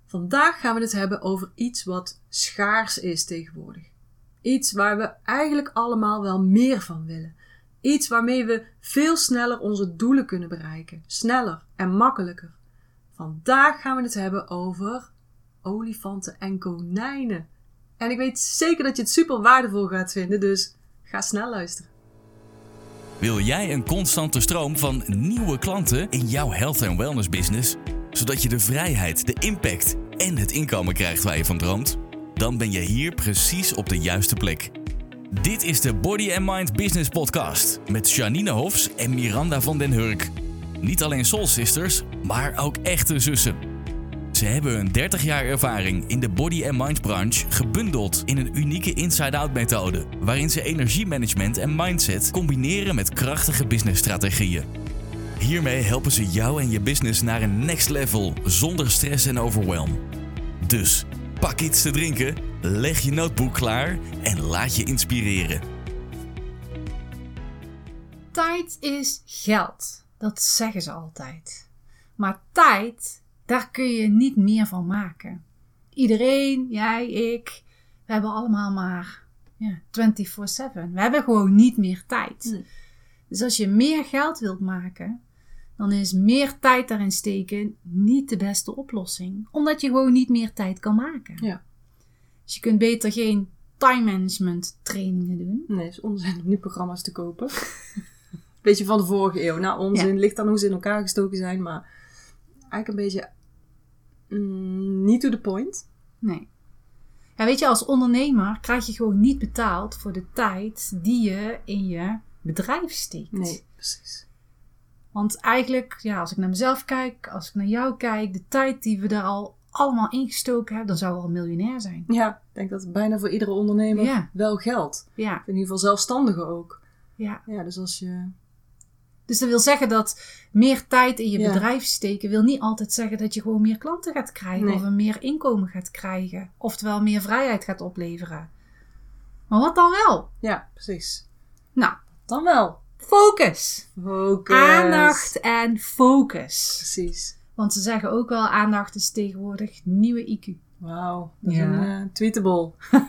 Vandaag gaan we het hebben over iets wat schaars is tegenwoordig. Iets waar we eigenlijk allemaal wel meer van willen. Iets waarmee we veel sneller onze doelen kunnen bereiken. Sneller en makkelijker. Vandaag gaan we het hebben over olifanten en konijnen. En ik weet zeker dat je het super waardevol gaat vinden, dus ga snel luisteren. Wil jij een constante stroom van nieuwe klanten in jouw health en wellness business? Zodat je de vrijheid, de impact en het inkomen krijgt waar je van droomt? Dan ben je hier precies op de juiste plek. Dit is de Body and Mind Business Podcast met Janine Hofs en Miranda van den Hurk. Niet alleen soul sisters, maar ook echte zussen. Ze hebben hun 30 jaar ervaring in de body and mind branche gebundeld in een unieke inside-out methode, waarin ze energiemanagement en mindset combineren met krachtige businessstrategieën. Hiermee helpen ze jou en je business naar een next level zonder stress en overwhelm. Dus pak iets te drinken, leg je notebook klaar en laat je inspireren. Tijd is geld. Dat zeggen ze altijd. Maar tijd, daar kun je niet meer van maken. Iedereen, jij, ik, we hebben allemaal maar 24/7. We hebben gewoon niet meer tijd. Nee. Dus als je meer geld wilt maken, dan is meer tijd daarin steken niet de beste oplossing. Omdat je gewoon niet meer tijd kan maken. Ja. Dus je kunt beter geen time management trainingen doen. Nee, het is onzin om nu programma's te kopen. Beetje van de vorige eeuw. Nou, onzin ligt aan hoe ze in elkaar gestoken zijn, maar eigenlijk een beetje niet to the point. Nee. Ja, weet je, als ondernemer krijg je gewoon niet betaald voor de tijd die je in je bedrijf steekt. Nee, precies. Want eigenlijk, als ik naar mezelf kijk, als ik naar jou kijk, de tijd die we daar al allemaal ingestoken hebben, dan zou we al miljonair zijn. Ja, ik denk dat het bijna voor iedere ondernemer wel geldt. Ja. In ieder geval zelfstandigen ook. Ja. Ja, dus als je... Dus dat wil zeggen dat meer tijd in je bedrijf steken wil niet altijd zeggen dat je gewoon meer klanten gaat krijgen of een meer inkomen gaat krijgen. Oftewel meer vrijheid gaat opleveren. Maar wat dan wel? Ja, precies. Nou, Dan wel. focus. Focus. Aandacht en focus. Precies. Want ze zeggen ook wel, aandacht is tegenwoordig nieuwe IQ. Wauw, dat is een tweetable.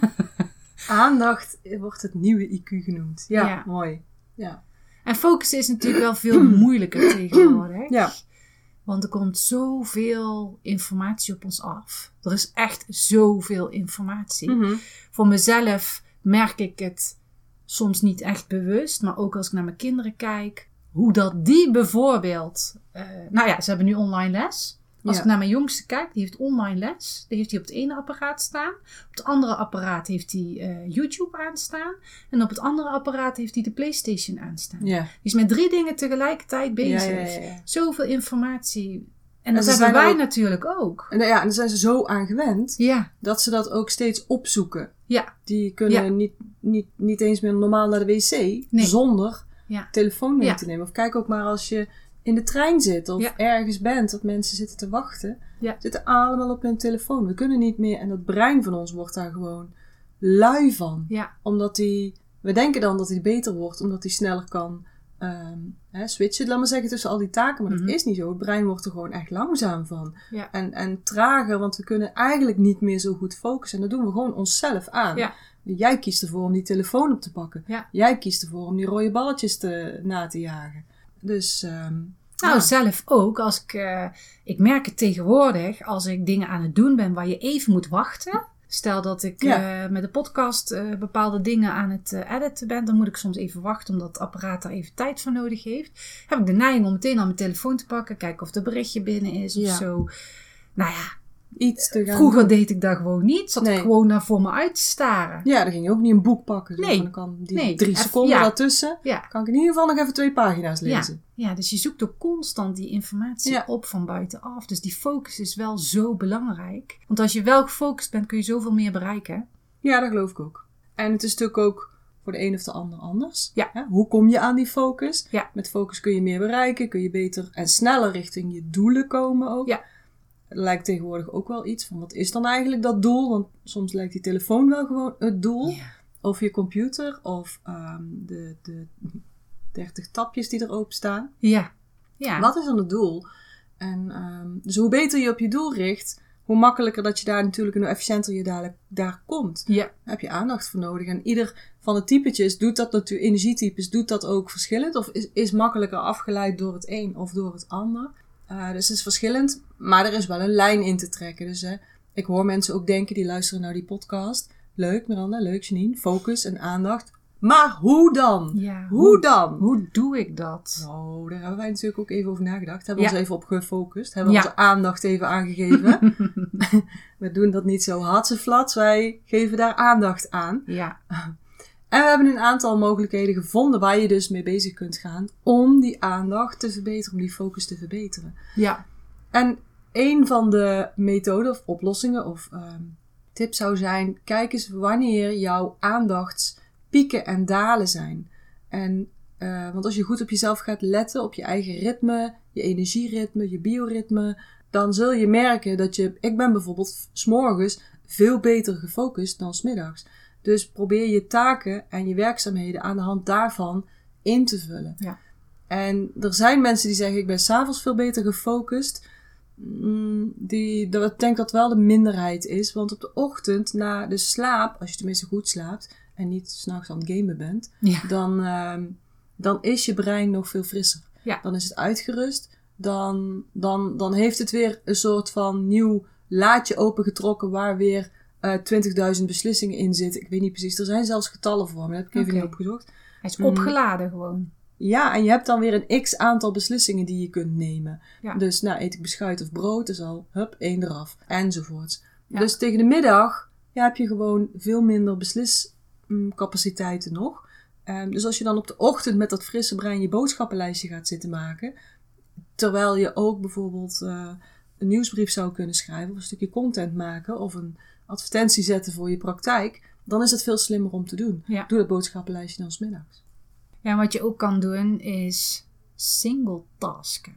Aandacht wordt het nieuwe IQ genoemd. Ja, mooi. Ja. En focussen is natuurlijk wel veel moeilijker tegenwoordig. Ja. Want er komt zoveel informatie op ons af. Er is echt zoveel informatie. Mm-hmm. Voor mezelf merk ik het soms niet echt bewust. Maar ook als ik naar mijn kinderen kijk. Hoe dat die bijvoorbeeld... ze hebben nu online les. Als ik naar mijn jongste kijk, die heeft online les. Die heeft hij op het ene apparaat staan. Op het andere apparaat heeft hij YouTube aanstaan. En op het andere apparaat heeft hij de PlayStation aanstaan. Ja. Die is met 3 dingen tegelijkertijd bezig. Ja. Zoveel informatie. En dat hebben wij natuurlijk ook. En daar zijn ze zo aan gewend. Ja. Dat ze dat ook steeds opzoeken. Ja. Die kunnen niet eens meer normaal naar de wc. Zonder telefoon mee te nemen. Of kijk ook maar als je in de trein zit of ergens bent, dat mensen zitten te wachten, zitten allemaal op hun telefoon. We kunnen niet meer, en dat brein van ons wordt daar gewoon lui van. Ja. Omdat we denken dan dat hij beter wordt, omdat hij sneller kan switchen, laat maar zeggen, tussen al die taken. Maar dat is niet zo. Het brein wordt er gewoon echt langzaam van. Ja. En trager, want we kunnen eigenlijk niet meer zo goed focussen. En dat doen we gewoon onszelf aan. Ja. Jij kiest ervoor om die telefoon op te pakken. Ja. Jij kiest ervoor om die rode balletjes na te jagen. Dus... zelf ook. Als ik merk het tegenwoordig, als ik dingen aan het doen ben waar je even moet wachten. Stel dat ik met de podcast bepaalde dingen aan het editen ben. Dan moet ik soms even wachten, omdat het apparaat daar even tijd voor nodig heeft. Heb ik de neiging om meteen aan mijn telefoon te pakken. Kijken of er berichtje binnen is of zo. Nou ja. Iets te gaan Vroeger doen. deed ik dat gewoon niet. Zat ik gewoon naar voor me uit te staren. Ja, dan ging je ook niet een boek pakken. Nee. Dan kan die 3 seconden daartussen. Ja. Kan ik in ieder geval nog even 2 pagina's lezen. Ja, dus je zoekt ook constant die informatie op van buitenaf. Dus die focus is wel zo belangrijk. Want als je wel gefocust bent, kun je zoveel meer bereiken. Ja, dat geloof ik ook. En het is natuurlijk ook voor de een of de ander anders. Ja. Hoe kom je aan die focus? Ja. Met focus kun je meer bereiken. Kun je beter en sneller richting je doelen komen ook. Ja. Het lijkt tegenwoordig ook wel iets van, wat is dan eigenlijk dat doel? Want soms lijkt die telefoon wel gewoon het doel. Ja. Of je computer. Of de 30 tapjes die er open staan. Ja. Ja. Wat is dan het doel? En dus hoe beter je op je doel richt, hoe makkelijker dat je daar natuurlijk en hoe efficiënter je daar komt. Ja. Daar heb je aandacht voor nodig. En ieder van de typetjes doet dat natuurlijk, energietypes doet dat ook verschillend. Of is makkelijker afgeleid door het een of door het ander. Dus het is verschillend, maar er is wel een lijn in te trekken. Dus ik hoor mensen ook denken, die luisteren naar die podcast. Leuk Miranda, leuk Janine, focus en aandacht. Maar hoe dan? Ja, hoe dan? Hoe doe ik dat? Nou, daar hebben wij natuurlijk ook even over nagedacht. Hebben we ons even op gefocust. Hebben Ja. onze aandacht even aangegeven. We doen dat niet zo hatseflats. Wij geven daar aandacht aan. Ja. En we hebben een aantal mogelijkheden gevonden waar je dus mee bezig kunt gaan om die aandacht te verbeteren, om die focus te verbeteren. Ja. En een van de methoden of oplossingen of tips zou zijn, kijk eens wanneer jouw aandachtspieken en dalen zijn. En, want als je goed op jezelf gaat letten, op je eigen ritme, je energieritme, je bioritme, dan zul je merken dat ik ben bijvoorbeeld 's morgens veel beter gefocust dan 's middags. Dus probeer je taken en je werkzaamheden aan de hand daarvan in te vullen. Ja. En er zijn mensen die zeggen, ik ben 's avonds veel beter gefocust. Ik denk dat wel de minderheid is. Want op de ochtend, na de slaap, als je tenminste goed slaapt en niet 's nachts aan het gamen bent, Ja. dan is je brein nog veel frisser. Ja. Dan is het uitgerust. Dan heeft het weer een soort van nieuw laadje opengetrokken waar weer 20.000 beslissingen in zitten. Ik weet niet precies. Er zijn zelfs getallen voor, maar dat heb ik even niet opgezocht. Hij is opgeladen gewoon. Ja, en je hebt dan weer een x-aantal beslissingen die je kunt nemen. Ja. Dus eet ik beschuit of brood, is al, 1 eraf. Enzovoorts. Ja. Dus tegen de middag heb je gewoon veel minder besliscapaciteiten nog. Dus als je dan op de ochtend met dat frisse brein je boodschappenlijstje gaat zitten maken, terwijl je ook bijvoorbeeld een nieuwsbrief zou kunnen schrijven, of een stukje content maken, of een advertentie zetten voor je praktijk, dan is het veel slimmer om te doen. Ja. Doe dat boodschappenlijstje dan 's middags. Ja, en wat je ook kan doen is single tasken.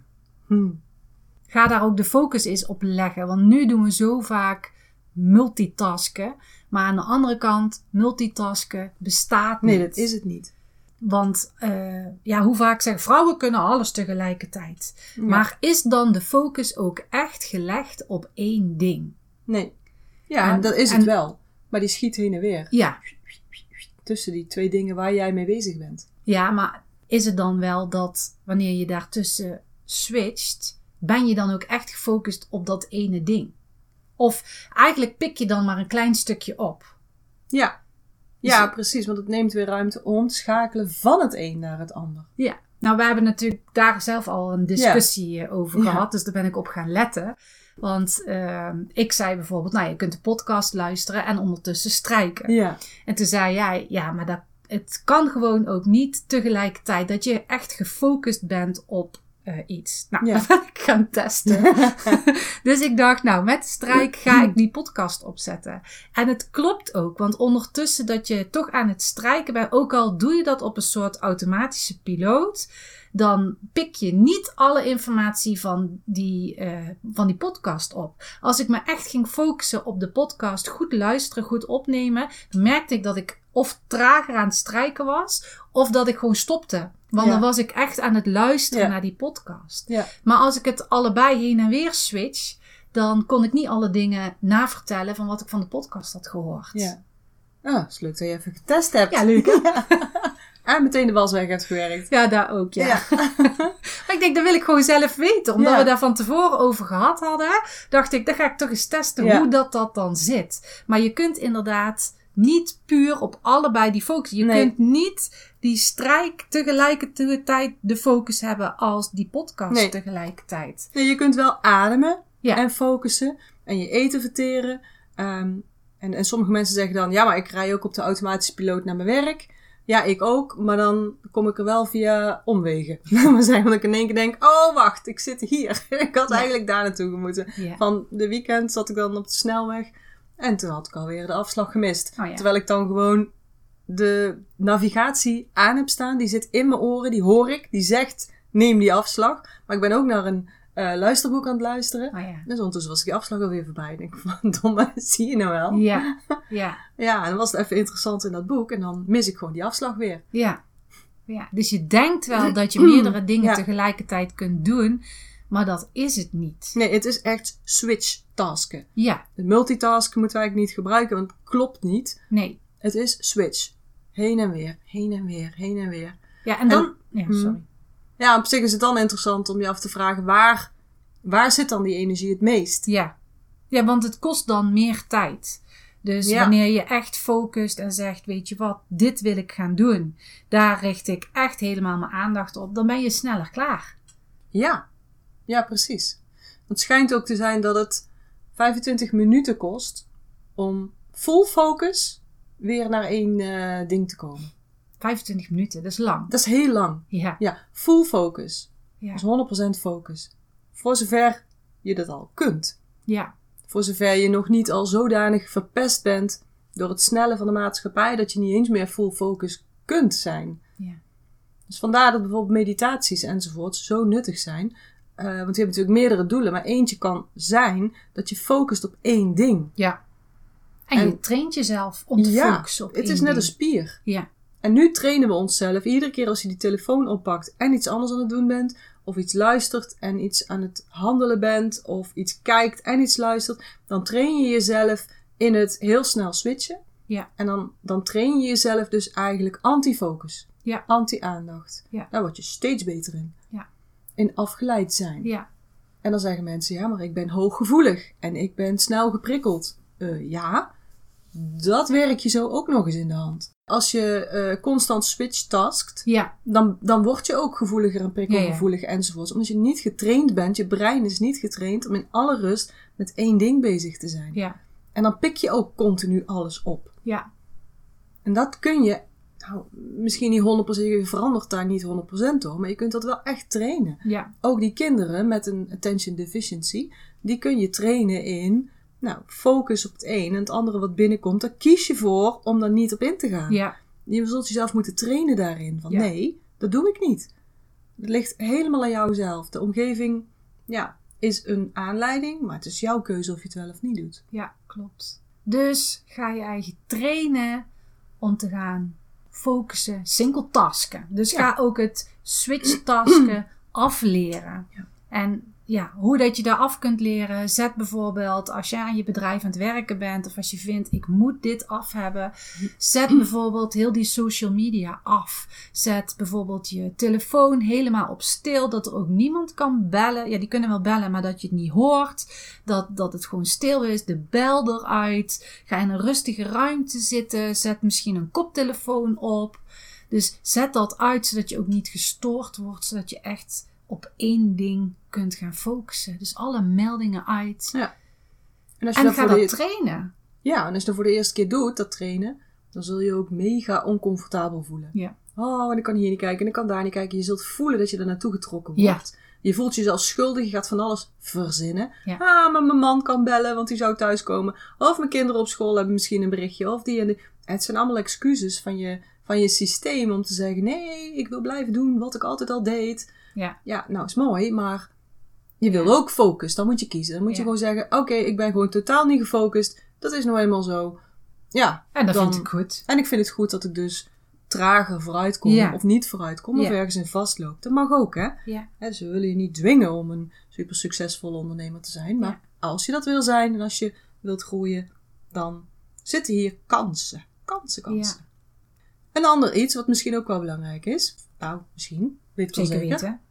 Ga daar ook de focus eens op leggen. Want nu doen we zo vaak multitasken. Maar aan de andere kant, multitasken bestaat niet. Nee, dat is het niet. Want hoe vaak zeggen vrouwen kunnen alles tegelijkertijd. Ja. Maar is dan de focus ook echt gelegd op één ding? Nee. Ja, En- dat is het en- wel. Maar die schiet heen en weer. Ja. Tussen die twee dingen waar jij mee bezig bent. Ja, maar is het dan wel dat wanneer je daartussen switcht, ben je dan ook echt gefocust op dat ene ding? Of eigenlijk pik je dan maar een klein stukje op? Ja. Ja, precies. Want het neemt weer ruimte om te schakelen van het een naar het ander. Ja. Nou, we hebben natuurlijk daar zelf al een discussie over Ja. gehad. Dus daar ben ik op gaan letten. Want ik zei bijvoorbeeld, je kunt de podcast luisteren en ondertussen strijken. Ja. En toen zei jij, ja, maar het kan gewoon ook niet tegelijkertijd dat je echt gefocust bent op iets. Nou, Ja. dat ben ik gaan testen. Dus ik dacht, met strijk ga ik die podcast opzetten. En het klopt ook, want ondertussen dat je toch aan het strijken bent, ook al doe je dat op een soort automatische piloot, dan pik je niet alle informatie van die podcast op. Als ik me echt ging focussen op de podcast, goed luisteren, goed opnemen, dan merkte ik dat ik of trager aan het strijken was, of dat ik gewoon stopte. Want Ja. dan was ik echt aan het luisteren Ja. naar die podcast. Ja. Maar als ik het allebei heen en weer switch, dan kon ik niet alle dingen navertellen van wat ik van de podcast had gehoord. Ja. Ah, is leuk dat je even getest hebt. Ja, leuk hè? En meteen de was weg hebt gewerkt. Ja, daar ook, ja. Ja. Maar ik denk, dat wil ik gewoon zelf weten. Omdat Ja. we daar van tevoren over gehad hadden, dacht ik, dan ga ik toch eens testen Ja. hoe dat dan zit. Maar je kunt inderdaad niet puur op allebei die focus. Je Nee. kunt niet die strijk tegelijkertijd de focus hebben als die podcast Nee. tegelijkertijd. Nee, je kunt wel ademen Ja. en focussen en je eten verteren. En sommige mensen zeggen dan, ja, maar ik rij ook op de automatische piloot naar mijn werk. Ja, ik ook, maar dan kom ik er wel via omwegen. Dan zijn dat ik in één keer denk, oh wacht, ik zit hier. Ik had Ja. eigenlijk daar naartoe moeten. Ja. Van de weekend zat ik dan op de snelweg en toen had ik alweer de afslag gemist. Oh ja. Terwijl ik dan gewoon de navigatie aan heb staan. Die zit in mijn oren, die hoor ik. Die zegt, neem die afslag. Maar ik ben ook naar een luisterboek aan het luisteren. Oh ja. Dus ondertussen was ik die afslag alweer voorbij. Ik denk van, domme, zie je nou wel? Ja. Ja. Ja, en dan was het even interessant in dat boek. En dan mis ik gewoon die afslag weer. Ja. Ja. Dus je denkt wel dat je meerdere dingen Ja. tegelijkertijd kunt doen. Maar dat is het niet. Nee, het is echt switch-tasken. Ja, Het multitasken moeten we eigenlijk niet gebruiken, want het klopt niet. nee. Het is switch. Heen en weer, heen en weer, heen en weer. Ja, en dan... sorry. Ja, op zich is het dan interessant om je af te vragen, waar zit dan die energie het meest? Ja, want het kost dan meer tijd. Dus wanneer je echt focust en zegt, weet je wat, dit wil ik gaan doen. Daar richt ik echt helemaal mijn aandacht op. Dan ben je sneller klaar. Ja, precies. Het schijnt ook te zijn dat het 25 minuten kost om full focus weer naar één ding te komen. 25 minuten, dat is lang. Dat is heel lang. Ja. Ja, full focus. Ja. Dat is 100% focus. Voor zover je dat al kunt. Ja. Voor zover je nog niet al zodanig verpest bent door het snelle van de maatschappij dat je niet eens meer full focus kunt zijn. Ja. Dus vandaar dat bijvoorbeeld meditaties enzovoort zo nuttig zijn. Want je hebt natuurlijk meerdere doelen, maar eentje kan zijn dat je focust op één ding. Ja. En je traint jezelf om te focussen op één het is net een spier. Ja. En nu trainen we onszelf iedere keer als je die telefoon oppakt en iets anders aan het doen bent, of iets luistert en iets aan het handelen bent, of iets kijkt en iets luistert, dan train je jezelf in het heel snel switchen. Ja. En dan train je jezelf dus eigenlijk anti-focus. Ja. Anti-aandacht. Ja. Daar word je steeds beter in. Ja. In afgeleid zijn. Ja. En dan zeggen mensen, ja, maar ik ben hooggevoelig en ik ben snel geprikkeld. Ja, dat werk je zo ook nog eens in de hand. Als je constant switch-taskt, dan word je ook gevoeliger en prikkelgevoelig enzovoorts. Omdat je niet getraind bent, je brein is niet getraind om in alle rust met één ding bezig te zijn. Ja. En dan pik je ook continu alles op. Ja. En dat kun je, misschien niet 100%, je verandert daar niet 100% door, maar je kunt dat wel echt trainen. Ja. Ook die kinderen met een attention deficiency, die kun je trainen in, focus op het een en het andere wat binnenkomt, daar kies je voor om daar niet op in te gaan. Ja. Je zult jezelf moeten trainen daarin, van nee, dat doe ik niet. Het ligt helemaal aan jouzelf. De omgeving, is een aanleiding, maar het is jouw keuze of je het wel of niet doet. Ja, klopt. Dus ga je eigen trainen om te gaan focussen, single tasken. Dus ga ook het switch tasken afleren. Ja. En hoe dat je daar af kunt leren. Zet bijvoorbeeld, als je aan je bedrijf aan het werken bent, of als je vindt, ik moet dit af hebben. Zet bijvoorbeeld heel die social media af. Zet bijvoorbeeld je telefoon helemaal op stil, dat er ook niemand kan bellen. Ja, die kunnen wel bellen, maar dat je het niet hoort. Dat het gewoon stil is. De bel eruit. Ga in een rustige ruimte zitten. Zet misschien een koptelefoon op. Dus zet dat uit, zodat je ook niet gestoord wordt, zodat je echt op één ding kunt gaan focussen. Dus alle meldingen uit. Ja. En ga dat trainen. Ja, en als je dat voor de eerste keer doet, dat trainen, dan zul je ook mega oncomfortabel voelen. Ja. Oh, en ik kan hier niet kijken en ik kan daar niet kijken. Je zult voelen dat je er naartoe getrokken wordt. Ja. Je voelt jezelf schuldig, je gaat van alles verzinnen. Ja. Maar mijn man kan bellen, want die zou thuiskomen. Of mijn kinderen op school hebben misschien een berichtje. Of die en die. Het zijn allemaal excuses van je systeem om te zeggen, nee, ik wil blijven doen wat ik altijd al deed. Ja, is mooi, maar je wil ook focus. Dan moet je kiezen. Dan moet je gewoon zeggen, oké, ik ben gewoon totaal niet gefocust. Dat is nou eenmaal zo. Ja. En dat vind ik goed. En ik vind het goed dat ik dus trager vooruit kom of niet vooruit kom of ergens in vastloop. Dat mag ook, hè? Ja. Ze willen je niet dwingen om een super succesvolle ondernemer te zijn. Maar als je dat wil zijn en als je wilt groeien, dan zitten hier kansen. Kansen. Ja. Een ander iets wat misschien ook wel belangrijk is. Nou, misschien. Weet ik wel zeker. Weten.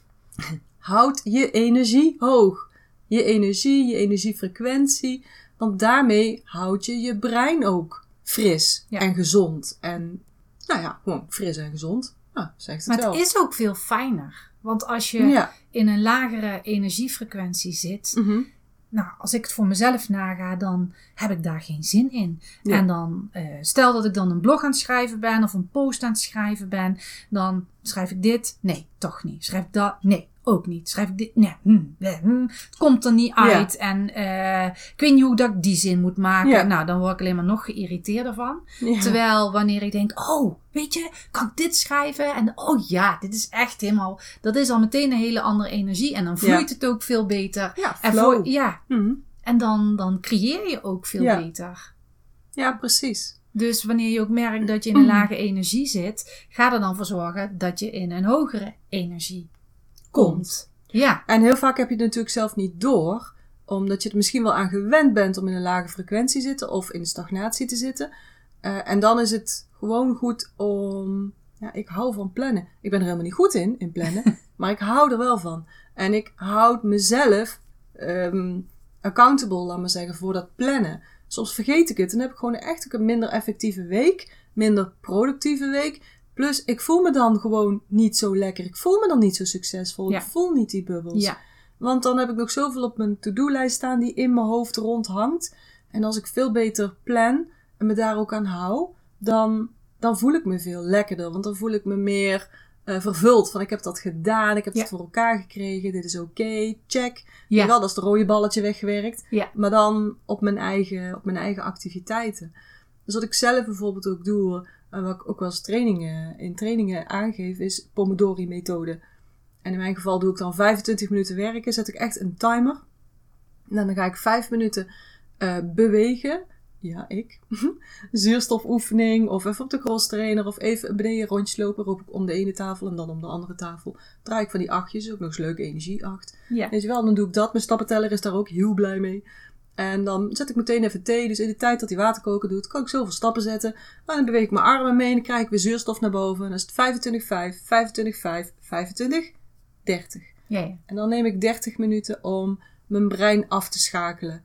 Houd je energie hoog. Je energiefrequentie. Want daarmee houd je je brein ook fris en gezond. En gewoon fris en gezond. Zegt het maar wel. Het is ook veel fijner. Want als je in een lagere energiefrequentie zit. Mm-hmm. Nou, als ik het voor mezelf naga, dan heb ik daar geen zin in. Ja. En dan, stel dat ik dan een blog aan het schrijven ben of een post aan het schrijven ben, dan schrijf ik dit. Nee, toch niet. Schrijf ik dat? Nee, ook niet. Schrijf ik dit? Nee. Het komt er niet uit. Ja. En ik weet niet hoe dat ik die zin moet maken. Ja. Nou, dan word ik alleen maar nog geïrriteerder van. Ja. Terwijl wanneer ik denk, oh, weet je, kan ik dit schrijven? En dit is echt helemaal, dat is al meteen een hele andere energie. En dan vloeit het ook veel beter. Ja, flow. En dan creëer je ook veel beter. Ja, precies. Dus wanneer je ook merkt dat je in een lage energie zit, ga er dan voor zorgen dat je in een hogere energie komt. Ja. En heel vaak heb je het natuurlijk zelf niet door, omdat je er misschien wel aan gewend bent om in een lage frequentie te zitten of in de stagnatie te zitten. En dan is het gewoon goed om... Ja, ik hou van plannen. Ik ben er helemaal niet goed in plannen, maar ik hou er wel van. En ik houd mezelf accountable, laat maar zeggen, voor dat plannen. Soms vergeet ik het en dan heb ik gewoon echt een minder effectieve week, minder productieve week. Plus, ik voel me dan gewoon niet zo lekker. Ik voel me dan niet zo succesvol. Ja. Ik voel niet die bubbels. Ja. Want dan heb ik nog zoveel op mijn to-do-lijst staan die in mijn hoofd rondhangt. En als ik veel beter plan en me daar ook aan hou, dan voel ik me veel lekkerder. Want dan voel ik me meer vervuld. Van ik heb dat gedaan, ik heb het voor elkaar gekregen, dit is oké, check. Ja. Wel, dat is het rode balletje weggewerkt. Ja. Maar dan op mijn eigen activiteiten. Dus wat ik zelf bijvoorbeeld ook doe, en wat ik ook wel eens in trainingen aangeef, is Pomodori-methode. En in mijn geval doe ik dan 25 minuten werken, zet ik echt een timer. En dan ga ik 5 minuten bewegen. Ja, ik. Zuurstofoefening of even op de crosstrainer of even beneden rondjes lopen. Roep ik om de ene tafel en dan om de andere tafel. Draai ik van die achtjes, ook nog eens leuke energie, 8. Ja. Weet je wel, dan doe ik dat. Mijn stappenteller is daar ook heel blij mee. En dan zet ik meteen even thee. Dus in de tijd dat die water koken doet, kan ik zoveel stappen zetten. En dan beweeg ik mijn armen mee en dan krijg ik weer zuurstof naar boven. En dan is het 25, 5, 25, 5, 25, 30. Ja. En dan neem ik 30 minuten om mijn brein af te schakelen.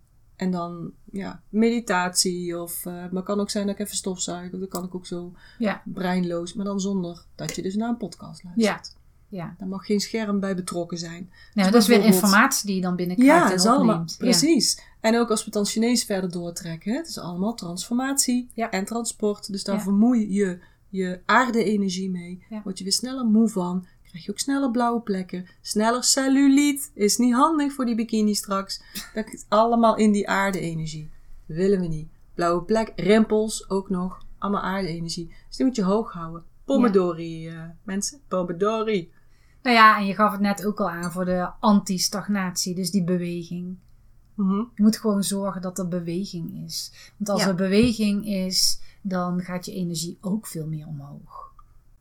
En dan, ja, meditatie of... maar kan ook zijn dat ik even stofzuig. Of dan kan ik ook zo breinloos. Maar dan zonder dat je dus naar een podcast luistert. Ja. Daar mag geen scherm bij betrokken zijn. Nou, dat is weer informatie die je dan binnenkrijgt ja, en dat is allemaal, opneemt. precies. Ja. En ook als we het dan Chinees verder doortrekken. Hè? Het is allemaal transformatie en transport. Dus daar vermoei je aarde-energie mee. Ja. Word je weer sneller moe van. Krijg je ook sneller blauwe plekken. Sneller celluliet. Is niet handig voor die bikini straks. Dat is allemaal in die aarde-energie. Dat willen we niet. Blauwe plek, rimpels ook nog. Allemaal aarde-energie. Dus die moet je hoog houden. Pomodori, mensen. Pomodori. Nou ja, en je gaf het net ook al aan voor de anti-stagnatie. Dus die beweging. Mm-hmm. Je moet gewoon zorgen dat er beweging is. Want als er beweging is, dan gaat je energie ook veel meer omhoog.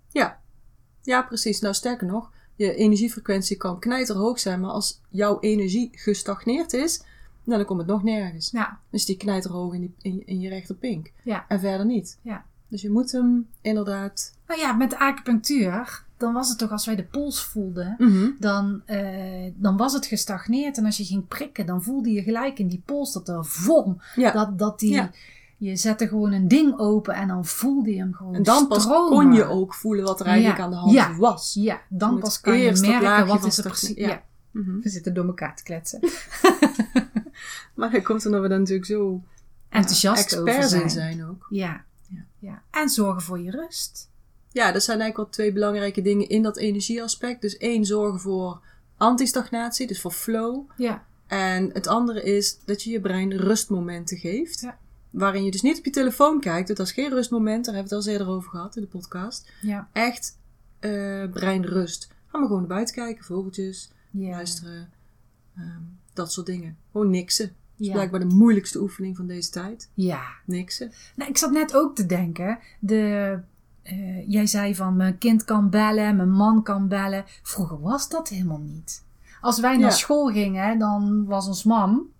Ja, precies. Nou, sterker nog, je energiefrequentie kan knijterhoog zijn, maar als jouw energie gestagneerd is, dan komt het nog nergens. Ja. Dus die knijterhoog in je rechterpink. Ja. En verder niet. Ja. Dus je moet hem inderdaad... Nou ja, met de acupunctuur, dan was het toch als wij de pols voelden, dan was het gestagneerd. En als je ging prikken, dan voelde je gelijk in die pols dat er vorm, je zette gewoon een ding open en dan voelde je hem gewoon en dan pas stromen. kon je ook voelen wat er eigenlijk aan de hand was. Ja, dan pas kan je merken wat is er precies. Ja. Mm-hmm. We zitten door elkaar te kletsen. Maar dan komt omdat we dan natuurlijk zo enthousiast experts over in zijn ook. Ja. En zorgen voor je rust. Ja, dat zijn eigenlijk wel 2 belangrijke dingen in dat energieaspect. Dus 1, zorgen voor antistagnatie, dus voor flow. Ja. En het andere is dat je je brein rustmomenten geeft. Ja. Waarin je dus niet op je telefoon kijkt. Dat is geen rustmoment, daar hebben we het al eerder over gehad in de podcast. Ja. Echt breinrust. Ga maar gewoon naar buiten kijken, vogeltjes, luisteren. Dat soort dingen. Gewoon niksen. Dat is blijkbaar de moeilijkste oefening van deze tijd. Ja. Niksen. Nou, ik zat net ook te denken. Jij zei van mijn kind kan bellen, mijn man kan bellen. Vroeger was dat helemaal niet. Als wij naar school gingen, dan was ons mam,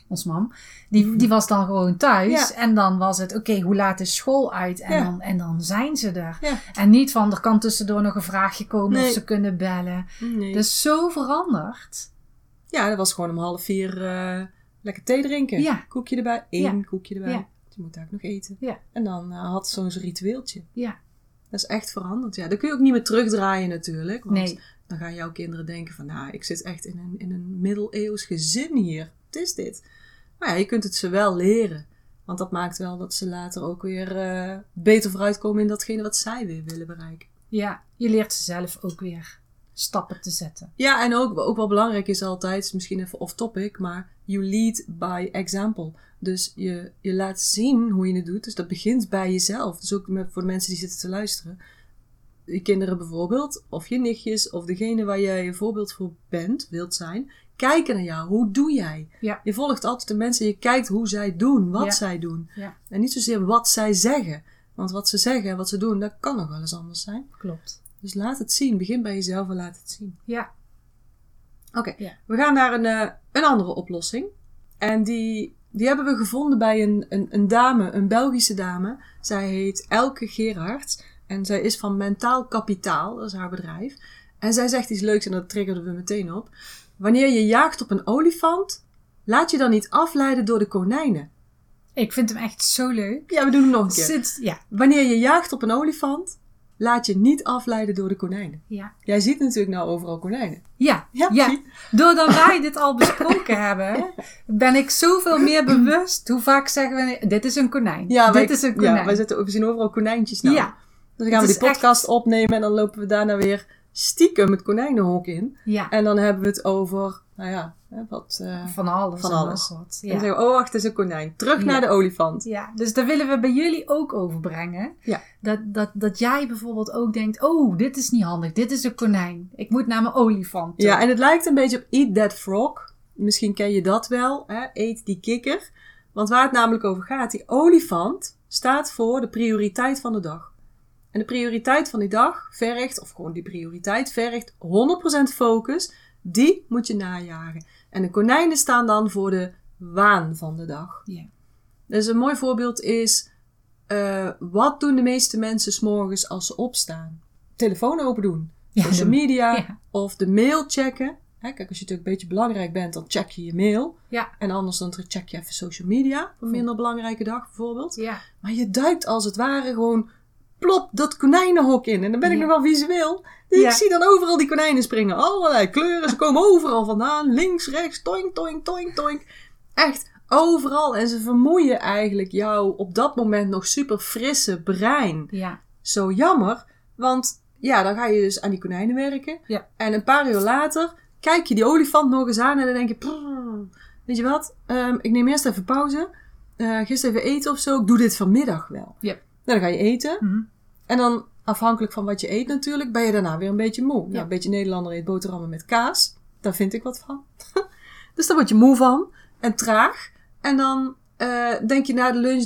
die was dan gewoon thuis. Ja. En dan was het, oké, hoe laat is school uit? En dan zijn ze er. Ja. En niet van, er kan tussendoor nog een vraagje komen of ze kunnen bellen. Nee. Dat is zo veranderd. Ja, dat was gewoon om 3:30 lekker thee drinken. Ja. Koekje erbij. 1 koekje erbij. Ja. Je moet eigenlijk nog eten. Ja. En dan had zo'n ritueeltje. Ja. Dat is echt veranderd. Ja, dat kun je ook niet meer terugdraaien natuurlijk. Want dan gaan jouw kinderen denken van, nou, ik zit echt in een middeleeuws gezin hier. Wat is dit? Maar ja, je kunt het ze wel leren. Want dat maakt wel dat ze later ook weer beter vooruitkomen in datgene wat zij weer willen bereiken. Ja, je leert ze zelf ook weer stappen te zetten. Ja, en ook wel belangrijk is altijd, misschien even off topic, maar you lead by example. Dus je laat zien hoe je het doet. Dus dat begint bij jezelf. Dus ook voor de mensen die zitten te luisteren. Je kinderen bijvoorbeeld, of je nichtjes, of degene waar jij een voorbeeld voor wilt zijn. Kijken naar jou. Hoe doe jij? Ja. Je volgt altijd de mensen. Je kijkt hoe zij doen. Wat zij doen. Ja. En niet zozeer wat zij zeggen. Want wat ze zeggen en wat ze doen, dat kan nog wel eens anders zijn. Klopt. Dus laat het zien. Begin bij jezelf en laat het zien. Ja. Oké, Ja. we gaan naar een andere oplossing. En die hebben we gevonden bij een dame, een Belgische dame. Zij heet Elke Gerards. En zij is van Mentaal Kapitaal, dat is haar bedrijf. En zij zegt iets leuks en dat triggerden we meteen op. Wanneer je jaagt op een olifant, laat je dan niet afleiden door de konijnen. Ik vind hem echt zo leuk. Ja, we doen hem nog een keer. Ja. Wanneer je jaagt op een olifant, laat je niet afleiden door de konijnen. Ja. Jij ziet natuurlijk nou overal konijnen. Ja. Ja, Ja. zie. Doordat wij dit al besproken hebben, ben ik zoveel meer bewust. Hoe vaak zeggen we, dit is een konijn. Dit is een konijn. Ja, we zien overal konijntjes nou. Ja. Dan gaan we Het die is podcast opnemen en dan lopen we daarna weer stiekem het konijnenhok in. Ja. En dan hebben we het over, wat... Van alles. van en alles. nog wat. En dan zeggen we, oh wacht, het is een konijn. Terug naar de olifant. Ja, dus daar willen we bij jullie ook overbrengen. Ja. Dat jij bijvoorbeeld ook denkt, oh, dit is niet handig. Dit is een konijn. Ik moet naar mijn olifant toe. Ja, en het lijkt een beetje op Eat That Frog. Misschien ken je dat wel, hè? Eet die kikker. Want waar het namelijk over gaat, die olifant staat voor de prioriteit van de dag. En de prioriteit van die dag vergt, of gewoon die prioriteit vergt 100% focus. Die moet je najagen. En de konijnen staan dan voor de waan van de dag. Ja. Dus een mooi voorbeeld is, wat doen de meeste mensen 's morgens als ze opstaan? Telefoon open doen, Ja, social media ja. of de mail checken. Hè, kijk, als je natuurlijk een beetje belangrijk bent, dan check je je mail. Ja. En anders dan check je even social media. Op een minder belangrijke dag bijvoorbeeld. Ja. Maar je duikt als het ware gewoon plop dat konijnenhok in. En dan ben ik Ja. nog wel visueel. Dus Ja. ik zie dan overal die konijnen springen. Allerlei kleuren. Ze komen overal vandaan. Links, rechts. Toink, toink, toink, toink. Echt overal. En ze vermoeien eigenlijk jouw op dat moment nog super frisse brein. Ja. Zo jammer. Want ja, dan ga je dus aan die konijnen werken. Ja. En een paar uur later kijk je die olifant nog eens aan. En dan denk je, prrr, weet je wat? Ik neem eerst even pauze. Gisteren even eten of zo. Ik doe dit vanmiddag wel. Ja. Nou, dan ga je eten. Mhm. En dan, afhankelijk van wat je eet natuurlijk, ben je daarna weer een beetje moe. Nou, een beetje Nederlander eet boterhammen met kaas. Daar vind ik wat van. Dus daar word je moe van. En traag. En dan denk je na de lunch,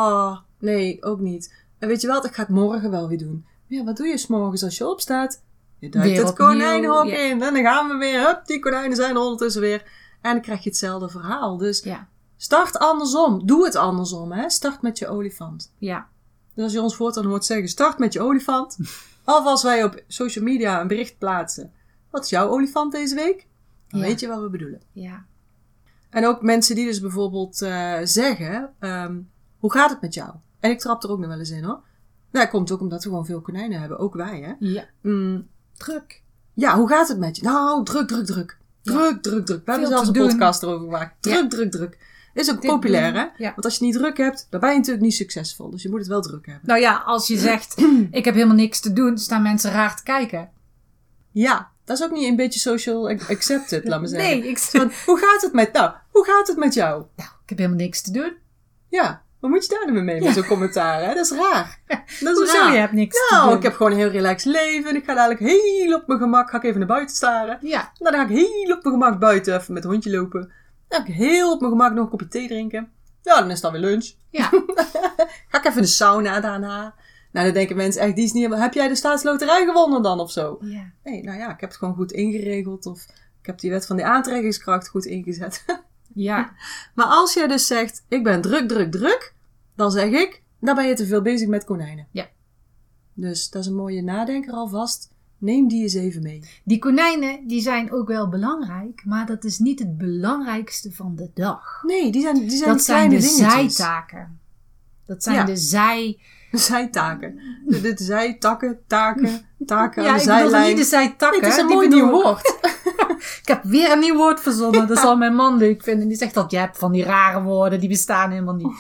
nee, ook niet. En weet je wat, ik ga het morgen wel weer doen. Ja, wat doe je 's morgens als je opstaat? Je duikt Weer het opnieuw, konijnenhok ja. in. En dan gaan we weer. Hup, die konijnen zijn er ondertussen weer. En dan krijg je hetzelfde verhaal. Dus Ja. start andersom. Doe het andersom. Hè? Start met je olifant. Ja. Dus als je ons voortaan hoort zeggen, start met je olifant. Of als wij op social media een bericht plaatsen. Wat is jouw olifant deze week? Dan Ja. weet je wat we bedoelen. Ja. En ook mensen die dus bijvoorbeeld zeggen, hoe gaat het met jou? En ik trap er ook nog wel eens in hoor. Nou, dat komt ook omdat we gewoon veel konijnen hebben. Ook wij hè. Ja. Druk. Ja, hoe gaat het met je? Nou, druk. Druk. We hebben zelfs te een doen. podcast erover gemaakt. Druk. Is ook Dit populair doen. hè. Ja. Want als je niet druk hebt, dan ben je natuurlijk niet succesvol. Dus je moet het wel druk hebben. Nou ja, als je zegt, ik heb helemaal niks te doen, staan mensen raar te kijken. Ja, dat is ook niet een beetje social accepted, laat me zeggen. Nee, Want, hoe gaat het met jou? ik heb helemaal niks te doen. Ja, wat moet je daar nou mee met zo'n commentaar, hè? Dat is raar. Dat is Hoezo, raar. je hebt niks te Nou, doen? ik heb gewoon een heel relaxed leven. Ik ga dadelijk heel op mijn gemak, ga ik even naar buiten staren. Ja. Nou, dan ga ik heel op mijn gemak buiten even met het hondje lopen. Dan ga ik heel op mijn gemak nog een kopje thee drinken. Ja, dan is het dan weer lunch. Ja. Ga ik even de sauna daarna. Nou, dan denken mensen echt, die is niet helemaal... Heb jij de staatsloterij gewonnen dan of zo? Ja. Nee, nou ja, ik heb het gewoon goed ingeregeld. Of ik heb die wet van de aantrekkingskracht goed ingezet. Ja. Maar als jij dus zegt, ik ben druk, dan zeg ik, dan ben je te veel bezig met konijnen. Ja. Dus dat is een mooie nadenker alvast. Neem die eens even mee. Die konijnen, die zijn ook wel belangrijk, maar dat is niet het belangrijkste van de dag. Nee, die zijn Dat die zijn kleine de dingetjes. zijtaken. Dat zijn Ja. de zij... Zijtaken. De zijtakken, taken aan Ja, de ik bedoel zijlijn. niet de zijtakken. Nee, het is een die mooi bedoel- nieuw woord. Ik heb weer een nieuw woord verzonnen. Dat zal mijn man leuk vinden. Die zegt dat je hebt van die rare woorden. Die bestaan helemaal niet.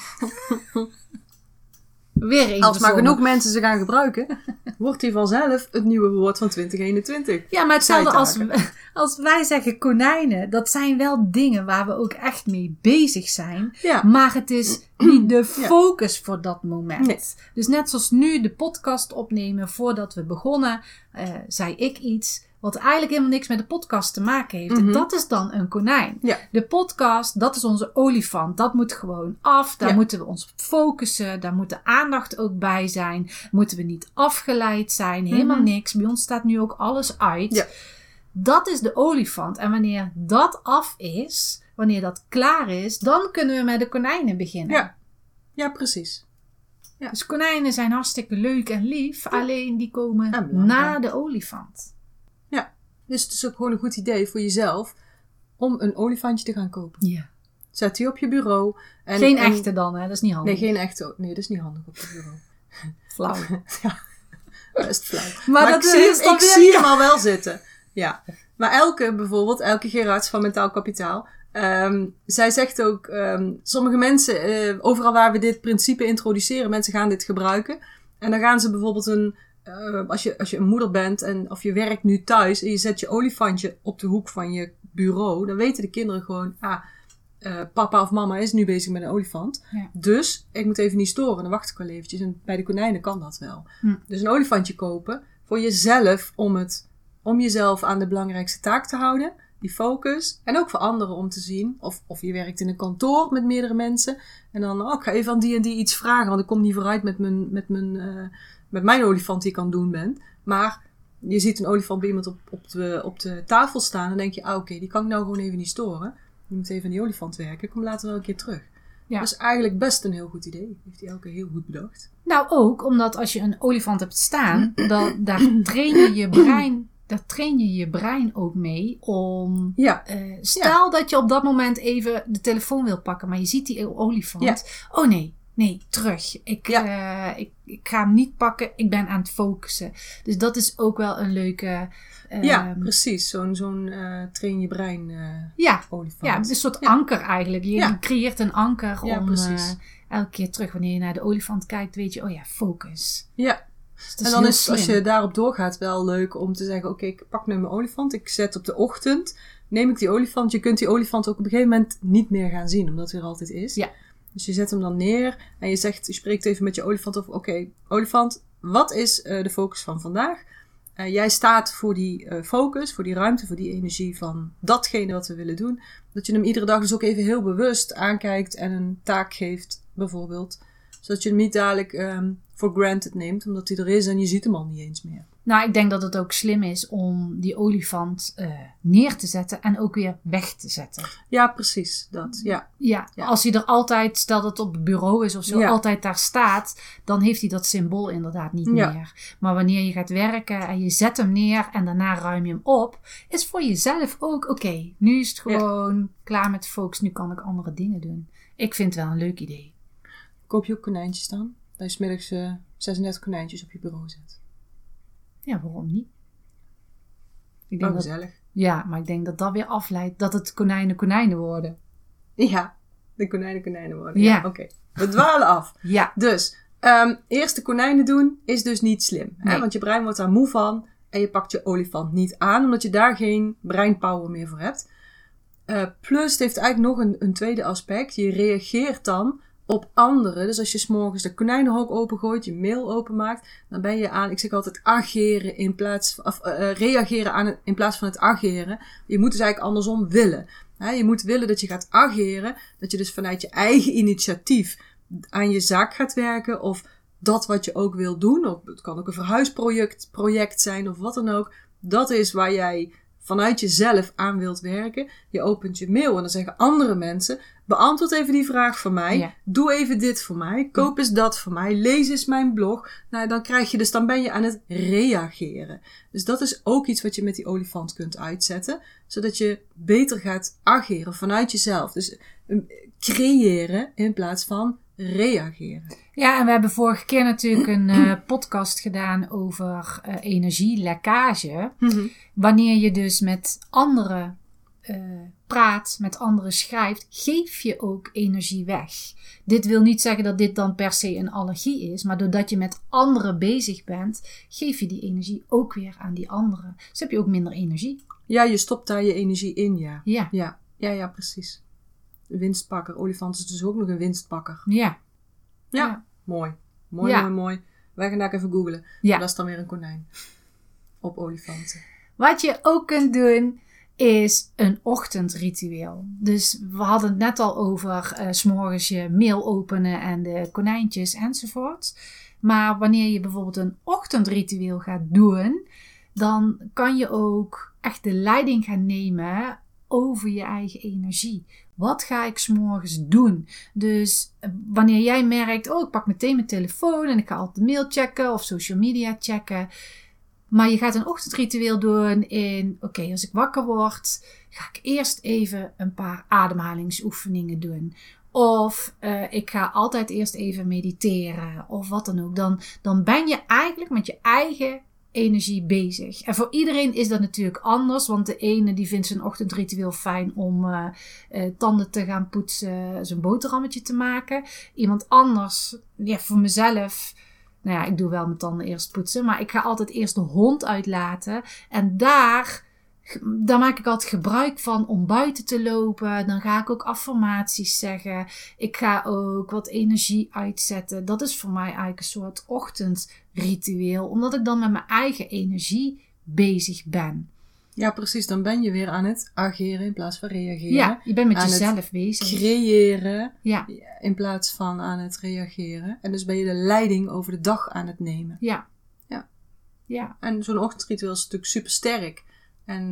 Weer één Als maar verzonnen. genoeg mensen ze gaan gebruiken, wordt die vanzelf het nieuwe woord van 2021. Ja, maar hetzelfde Zijtaken. als wij zeggen konijnen. Dat zijn wel dingen waar we ook echt mee bezig zijn. Ja. Maar het is niet de focus voor dat moment. Nee. Dus net zoals nu de podcast opnemen. Voordat we begonnen, zei ik iets wat eigenlijk helemaal niks met de podcast te maken heeft. En dat is dan een konijn. Ja. De podcast, dat is onze olifant. Dat moet gewoon af. Daar Ja. moeten we ons op focussen. Daar moet de aandacht ook bij zijn. Moeten we niet afgeleid zijn. Helemaal niks. Bij ons staat nu ook alles uit. Ja. Dat is de olifant. En wanneer dat af is, wanneer dat klaar is, dan kunnen we met de konijnen beginnen. Ja, precies. Ja. Dus konijnen zijn hartstikke leuk en lief, alleen die komen na de olifant. Ja, dus het is ook gewoon een goed idee voor jezelf om een olifantje te gaan kopen. Ja. Zet die op je bureau. Geen echte dan, hè? Dat is niet handig. Nee, geen echte. Nee, dat is niet handig op je bureau. Flauw. Ja, best flauw. Maar dat ik zie hem al wel zitten. Ja. Maar Elke Gerards van Mentaal Kapitaal, zij zegt ook, sommige mensen, overal waar we dit principe introduceren, mensen gaan dit gebruiken. En dan gaan ze bijvoorbeeld als je een moeder bent of je werkt nu thuis en je zet je olifantje op de hoek van je bureau, dan weten de kinderen gewoon, papa of mama is nu bezig met een olifant. Ja. Dus ik moet even niet storen, dan wacht ik wel eventjes. En bij de konijnen kan dat wel. Dus een olifantje kopen voor jezelf om jezelf aan de belangrijkste taak te houden. Die focus. En ook voor anderen om te zien. Of je werkt in een kantoor met meerdere mensen. En dan, ik ga even aan die en die iets vragen. Want ik kom niet vooruit met mijn olifant die ik aan het doen ben. Maar je ziet een olifant bij iemand op de tafel staan. En dan denk je, oké, die kan ik nou gewoon even niet storen. Je moet even aan die olifant werken. Ik kom later wel een keer terug. Ja. Dat is eigenlijk best een heel goed idee. Heeft hij Elke heel goed bedacht. Nou ook, omdat als je een olifant hebt staan, daar train je je brein. Daar train je je brein ook mee om... Ja. Stel dat je op dat moment even de telefoon wil pakken, maar je ziet die olifant. Ja. Oh nee, terug. Ik ga hem niet pakken, ik ben aan het focussen. Dus dat is ook wel een leuke... ja, precies. Zo'n train je brein olifant. Ja, het is een soort anker eigenlijk. Je creëert een anker om elke keer terug. Wanneer je naar de olifant kijkt, weet je, focus. Ja. Dus en dan is als je daarop doorgaat wel leuk om te zeggen, oké, ik pak nu mijn olifant. Ik zet op de ochtend, neem ik die olifant. Je kunt die olifant ook op een gegeven moment niet meer gaan zien, omdat hij er altijd is. Ja. Dus je zet hem dan neer en je spreekt even met je olifant over, oké, olifant, wat is de focus van vandaag? Jij staat voor die focus, voor die ruimte, voor die energie van datgene wat we willen doen. Dat je hem iedere dag dus ook even heel bewust aankijkt en een taak geeft, bijvoorbeeld. Zodat je hem niet dadelijk voor granted neemt, omdat hij er is en je ziet hem al niet eens meer. Nou, ik denk dat het ook slim is om die olifant neer te zetten en ook weer weg te zetten. Ja, precies. Dat, ja. Als hij er altijd, stel dat het op het bureau is of zo, altijd daar staat, dan heeft hij dat symbool inderdaad niet meer. Maar wanneer je gaat werken en je zet hem neer en daarna ruim je hem op, is voor jezelf ook, oké, nu is het gewoon klaar met de focus, nu kan ik andere dingen doen. Ik vind het wel een leuk idee. Koop je ook konijntjes dan? Dat je 's middags 36 konijntjes op je bureau zet. Ja, waarom niet? Ik denk gezellig. Ja, maar ik denk dat dat weer afleidt dat het konijnen worden. Ja, de konijnen worden. Ja. Oké. We dwalen af. Ja. Dus, eerst de konijnen doen is dus niet slim. Nee. Hè? Want je brein wordt daar moe van en je pakt je olifant niet aan, omdat je daar geen breinpower meer voor hebt. Plus, het heeft eigenlijk nog een tweede aspect. Je reageert dan op anderen. Dus als je 's morgens de konijnenhok opengooit, je mail openmaakt, dan ben je aan, ik zeg altijd, ageren reageren in plaats van het ageren. Je moet dus eigenlijk andersom willen. Je moet willen dat je gaat ageren, dat je dus vanuit je eigen initiatief aan je zaak gaat werken, of dat wat je ook wil doen, of het kan ook een verhuisproject zijn, of wat dan ook. Dat is waar jij vanuit jezelf aan wilt werken. Je opent je mail en dan zeggen andere mensen, beantwoord even die vraag voor mij. Ja. Doe even dit voor mij. Koop eens dat voor mij. Lees eens mijn blog. Nou, dan ben je aan het reageren. Dus dat is ook iets wat je met die olifant kunt uitzetten. Zodat je beter gaat ageren vanuit jezelf. Dus creëren in plaats van reageren. Ja, en we hebben vorige keer natuurlijk een podcast gedaan over energielekkage. Mm-hmm. Wanneer je dus met anderen praat, met anderen schrijft, geef je ook energie weg. Dit wil niet zeggen dat dit dan per se een allergie is, maar doordat je met anderen bezig bent, geef je die energie ook weer aan die anderen. Dus heb je ook minder energie. Ja, je stopt daar je energie in, ja. Ja, precies. Een winstpakker. Olifant is dus ook nog een winstpakker. Ja. Mooi. Mooi. Wij gaan daar even googlen. Ja. Dat is dan weer een konijn. Op olifanten. Wat je ook kunt doen, is een ochtendritueel. Dus we hadden het net al over 's morgens je mail openen en de konijntjes enzovoort. Maar wanneer je bijvoorbeeld een ochtendritueel gaat doen, dan kan je ook echt de leiding gaan nemen over je eigen energie. Wat ga ik 's morgens doen? Dus wanneer jij merkt, ik pak meteen mijn telefoon en ik ga altijd de mail checken of social media checken. Maar je gaat een ochtendritueel doen in, als ik wakker word, ga ik eerst even een paar ademhalingsoefeningen doen. Of ik ga altijd eerst even mediteren of wat dan ook. Dan ben je eigenlijk met je eigen energie bezig. En voor iedereen is dat natuurlijk anders. Want de ene die vindt zijn ochtendritueel fijn om tanden te gaan poetsen, zijn boterhammetje te maken. Iemand anders, voor mezelf, ik doe wel mijn tanden eerst poetsen. Maar ik ga altijd eerst de hond uitlaten. En daar maak ik altijd gebruik van om buiten te lopen. Dan ga ik ook affirmaties zeggen. Ik ga ook wat energie uitzetten. Dat is voor mij eigenlijk een soort ochtendritueel. Omdat ik dan met mijn eigen energie bezig ben. Ja, precies. Dan ben je weer aan het ageren in plaats van reageren. Ja, je bent met aan jezelf bezig. Creëren Ja. in plaats van aan het reageren. En dus ben je de leiding over de dag aan het nemen. Ja. Ja. Ja. En zo'n ochtendritueel is natuurlijk super sterk. En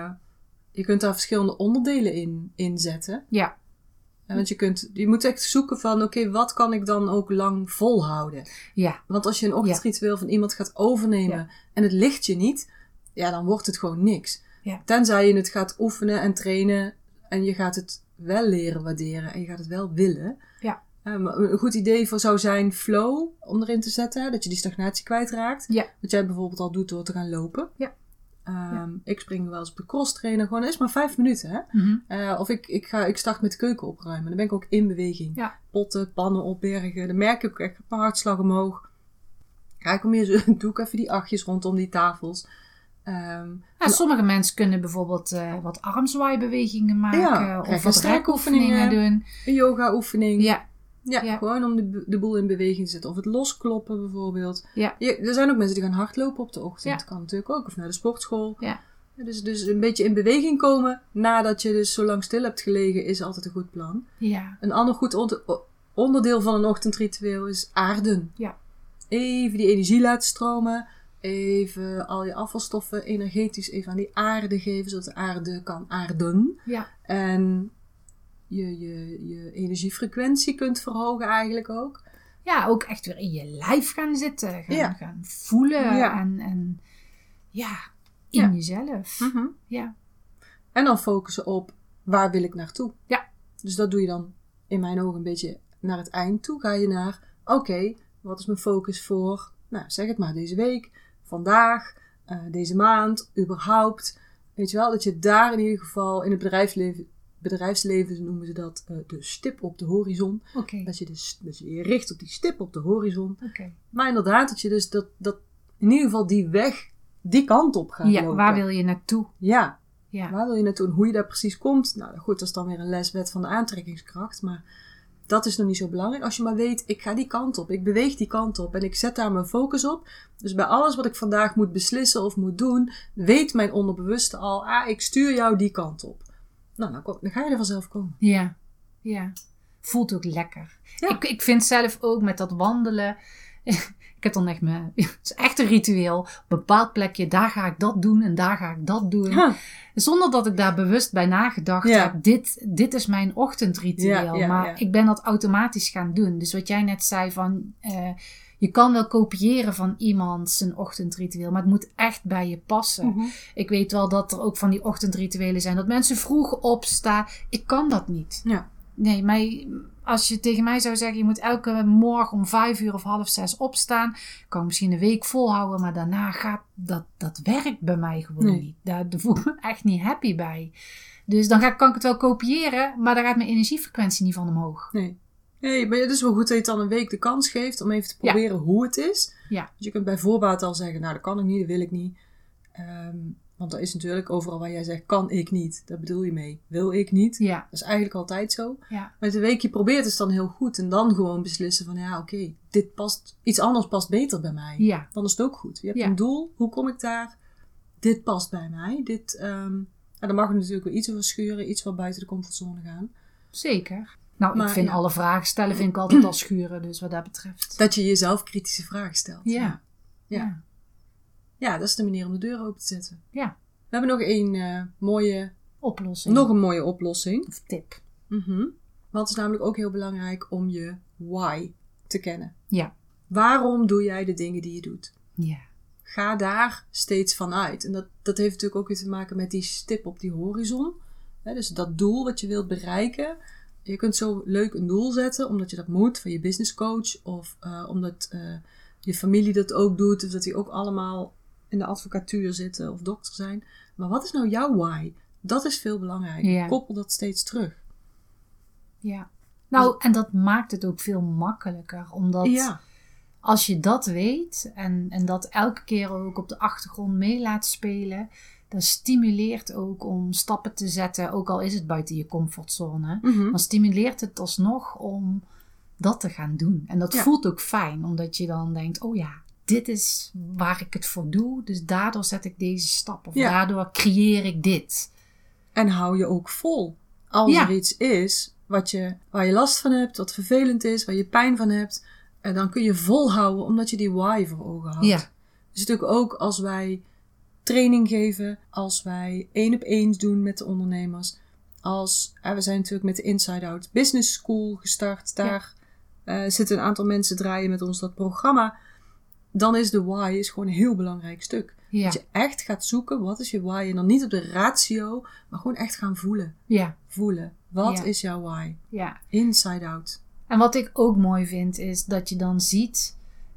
je kunt daar verschillende onderdelen in zetten. Ja. Want je moet echt zoeken van, wat kan ik dan ook lang volhouden? Ja. Want als je een ochtendritueel van iemand gaat overnemen en het ligt je niet, dan wordt het gewoon niks. Ja. Tenzij je het gaat oefenen en trainen en je gaat het wel leren waarderen en je gaat het wel willen. Ja. Een goed idee zou zijn flow om erin te zetten, dat je die stagnatie kwijtraakt. Ja. Wat jij bijvoorbeeld al doet door te gaan lopen. Ja. Ik spring wel eens op de cross trainer. Gewoon eerst maar 5 minuten. Hè? Mm-hmm. Of ik start met de keuken opruimen. Dan ben ik ook in beweging. Ja. Potten, pannen opbergen. Dan merk ik echt mijn hartslag omhoog. Ga ik doe ik even die achtjes rondom die tafels. Sommige mensen kunnen bijvoorbeeld wat armzwaaibewegingen maken. Of wat rekoefeningen doen. Een yoga oefening. Ja. Ja, gewoon om de boel in beweging te zetten. Of het loskloppen bijvoorbeeld. Ja. Er zijn ook mensen die gaan hardlopen op de ochtend. Ja. Dat kan natuurlijk ook. Of naar de sportschool. Ja. Dus een beetje in beweging komen nadat je dus zo lang stil hebt gelegen is altijd een goed plan. Ja. Een ander goed onderdeel van een ochtendritueel is aarden. Ja. Even die energie laten stromen. Even al je afvalstoffen energetisch even aan die aarde geven. Zodat de aarde kan aarden. Ja. En je energiefrequentie kunt verhogen eigenlijk ook. Ja, ook echt weer in je lijf gaan zitten. Gaan voelen. Ja. En in jezelf. Mm-hmm. Ja. En dan focussen op waar wil ik naartoe. Ja. Dus dat doe je dan in mijn ogen een beetje naar het eind toe. Ga je naar, wat is mijn focus voor, zeg het maar, deze week, vandaag, deze maand, überhaupt. Weet je wel, dat je daar in ieder geval in het bedrijfsleven noemen ze dat de stip op de horizon. Okay. Dat je je richt op die stip op de horizon. Okay. Maar inderdaad, dat je dus dat in ieder geval die weg, die kant op gaat lopen. Waar wil je naartoe? Ja. Ja. Waar wil je naartoe en hoe je daar precies komt? Nou goed, dat is dan weer een leswet van de aantrekkingskracht. Maar dat is nog niet zo belangrijk. Als je maar weet, ik ga die kant op. Ik beweeg die kant op. En ik zet daar mijn focus op. Dus bij alles wat ik vandaag moet beslissen of moet doen, weet mijn onderbewuste al, ik stuur jou die kant op. Nou, dan ga je er vanzelf komen. Ja. Ja. Voelt ook lekker. Ja. Ik vind zelf ook met dat wandelen. Ik heb dan echt het is echt een ritueel. Op een bepaald plekje, daar ga ik dat doen en daar ga ik dat doen. Huh. Zonder dat ik daar bewust bij nagedacht heb. Dit is mijn ochtendritueel. Maar ik ben dat automatisch gaan doen. Dus wat jij net zei van, je kan wel kopiëren van iemand zijn ochtendritueel. Maar het moet echt bij je passen. Mm-hmm. Ik weet wel dat er ook van die ochtendrituelen zijn. Dat mensen vroeg opstaan. Ik kan dat niet. Ja. Nee, maar als je tegen mij zou zeggen, je moet elke morgen om 5:00 of 5:30 opstaan. Kan ik misschien een week volhouden, maar daarna gaat dat werkt bij mij gewoon niet. Daar voel ik me echt niet happy bij. Dus dan kan ik het wel kopiëren, maar daar gaat mijn energiefrequentie niet van omhoog. Nee, maar het is wel goed dat je het dan een week de kans geeft om even te proberen hoe het is. Ja. Dus je kunt bij voorbaat al zeggen, dat kan ik niet, dat wil ik niet. Want dat is natuurlijk overal waar jij zegt, kan ik niet. Daar bedoel je mee, wil ik niet. Ja. Dat is eigenlijk altijd zo. Ja. Maar de week je probeert is dan heel goed. En dan gewoon beslissen van, dit past, iets anders past beter bij mij. Ja. Dan is het ook goed. Je hebt een doel, hoe kom ik daar? Dit past bij mij. Dan mag er natuurlijk wel iets over schuren, iets wat buiten de comfortzone gaan. Zeker. Nou, ik vind alle vragen stellen vind ik altijd al schuren. Dus wat dat betreft. Dat je jezelf kritische vragen stelt. Ja. Ja, dat is de manier om de deur open te zetten. Ja. We hebben nog een mooie oplossing. Of tip. Want het is namelijk ook heel belangrijk om je why te kennen. Ja. Waarom doe jij de dingen die je doet? Ja. Ga daar steeds van uit. En dat heeft natuurlijk ook weer te maken met die stip op die horizon. Dus dat doel wat je wilt bereiken. Je kunt zo leuk een doel zetten, omdat je dat moet van je business coach. Of omdat je familie dat ook doet. Of dat die ook allemaal in de advocatuur zitten of dokter zijn. Maar wat is nou jouw why? Dat is veel belangrijker. Ja. Koppel dat steeds terug. Ja. Nou, en dat maakt het ook veel makkelijker. Omdat als je dat weet en dat elke keer ook op de achtergrond mee laat spelen, dat stimuleert ook om stappen te zetten, ook al is het buiten je comfortzone. Dan stimuleert het alsnog om dat te gaan doen. En dat voelt ook fijn, omdat je dan denkt, oh ja, dit is waar ik het voor doe. Dus daardoor zet ik deze stap. Of daardoor creëer ik dit. En hou je ook vol. Als er iets is waar je last van hebt, wat vervelend is, waar je pijn van hebt, en dan kun je volhouden omdat je die why voor ogen houdt. Ja. Dus natuurlijk ook als wij training geven, als wij 1-op-1 doen met de ondernemers. We zijn natuurlijk met de Inside Out Business School gestart. Daar zitten een aantal mensen draaien met ons dat programma. Dan is de why gewoon een heel belangrijk stuk. Ja. Dat je echt gaat zoeken, wat is je why? En dan niet op de ratio, maar gewoon echt gaan voelen. Ja. Voelen. Wat is jouw why? Ja. Inside out. En wat ik ook mooi vind, is dat je dan ziet,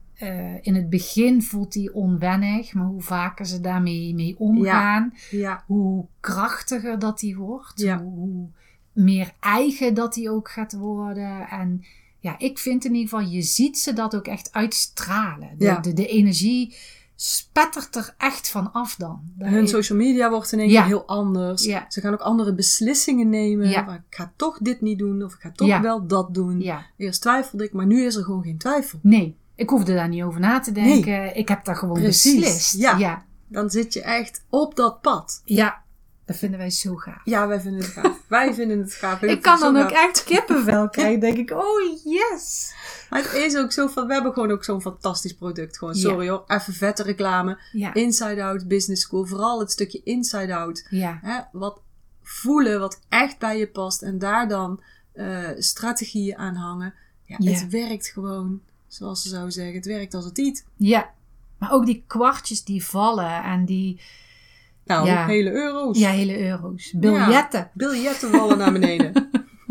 in het begin voelt die onwennig, maar hoe vaker ze daarmee mee omgaan, hoe krachtiger dat die wordt, hoe meer eigen dat die ook gaat worden. En ja, ik vind in ieder geval, je ziet ze dat ook echt uitstralen. De energie spettert er echt van af dan. Hun social media wordt in één keer heel anders. Ja. Ze gaan ook andere beslissingen nemen. Ja. Ik ga toch dit niet doen of ik ga toch wel dat doen. Ja. Eerst twijfelde ik, maar nu is er gewoon geen twijfel. Nee, ik hoefde daar niet over na te denken. Nee. Ik heb daar gewoon beslist. Ja. Dan zit je echt op dat pad. Ja, dat vinden wij zo gaaf. Ja, wij vinden het gaaf. Wij vinden het gaaf. Ik kan dan ook echt kippenvel krijgen. denk ik, oh yes. Maar het is ook zo van, we hebben gewoon ook zo'n fantastisch product. Gewoon, sorry hoor, even vette reclame. Ja. Inside Out Business School. Vooral het stukje Inside Out. Ja. Hè, wat voelen, wat echt bij je past. En daar dan strategieën aan hangen. Ja, het werkt gewoon, zoals ze zouden zeggen. Het werkt als het niet. Ja, maar ook die kwartjes die vallen en die... Nou, hele euro's. Ja, hele euro's. Biljetten. Ja, biljetten vallen naar beneden.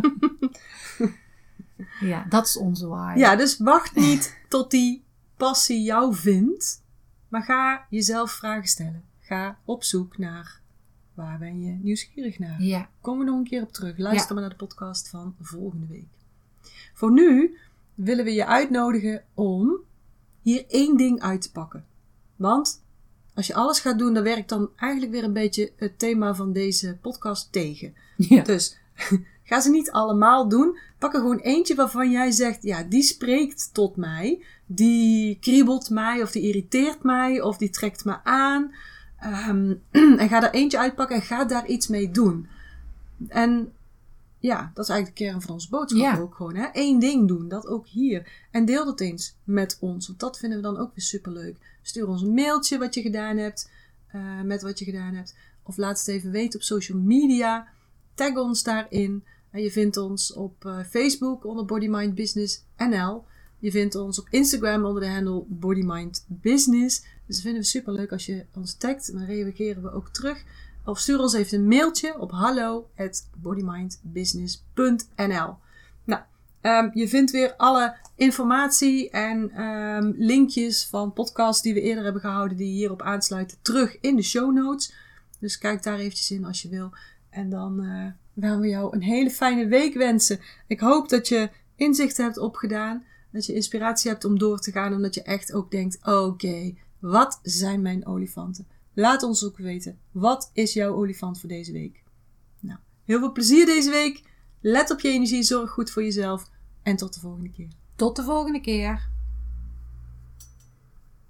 Ja, dat is onze waarheid. Ja, dus wacht niet tot die passie jou vindt. Maar ga jezelf vragen stellen. Ga op zoek naar waar ben je nieuwsgierig naar. Ja. Komen we nog een keer op terug. Luister maar naar de podcast van volgende week. Voor nu willen we je uitnodigen om hier 1 ding uit te pakken. Want als je alles gaat doen, dan werkt dan eigenlijk weer een beetje het thema van deze podcast tegen. Ja. Dus ga ze niet allemaal doen. Pak er gewoon eentje waarvan jij zegt, ja, die spreekt tot mij. Die kriebelt mij of die irriteert mij of die trekt me aan. En ga er eentje uitpakken en ga daar iets mee doen. En ja, dat is eigenlijk de kern van onze boodschap ook gewoon. Hè? 1 ding doen, dat ook hier. En deel dat eens met ons, want dat vinden we dan ook weer superleuk. Stuur ons een mailtje wat je gedaan hebt, met wat je gedaan hebt. Of laat het even weten op social media. Tag ons daarin. En je vindt ons op Facebook onder Body Mind Business NL. Je vindt ons op Instagram onder de handle Body Mind Business. Dus dat vinden we superleuk als je ons tagt. En dan reageren we ook terug. Of stuur ons even een mailtje op hallo@bodymindbusiness.nl. Nou, je vindt weer alle informatie en linkjes van podcasts die we eerder hebben gehouden, die hierop aansluiten, terug in de show notes. Dus kijk daar eventjes in als je wil. En dan willen we jou een hele fijne week wensen. Ik hoop dat je inzicht hebt opgedaan, dat je inspiratie hebt om door te gaan en dat je echt ook denkt, oké, wat zijn mijn olifanten? Laat ons ook weten, wat is jouw olifant voor deze week? Nou, heel veel plezier deze week. Let op je energie, zorg goed voor jezelf. En tot de volgende keer. Tot de volgende keer.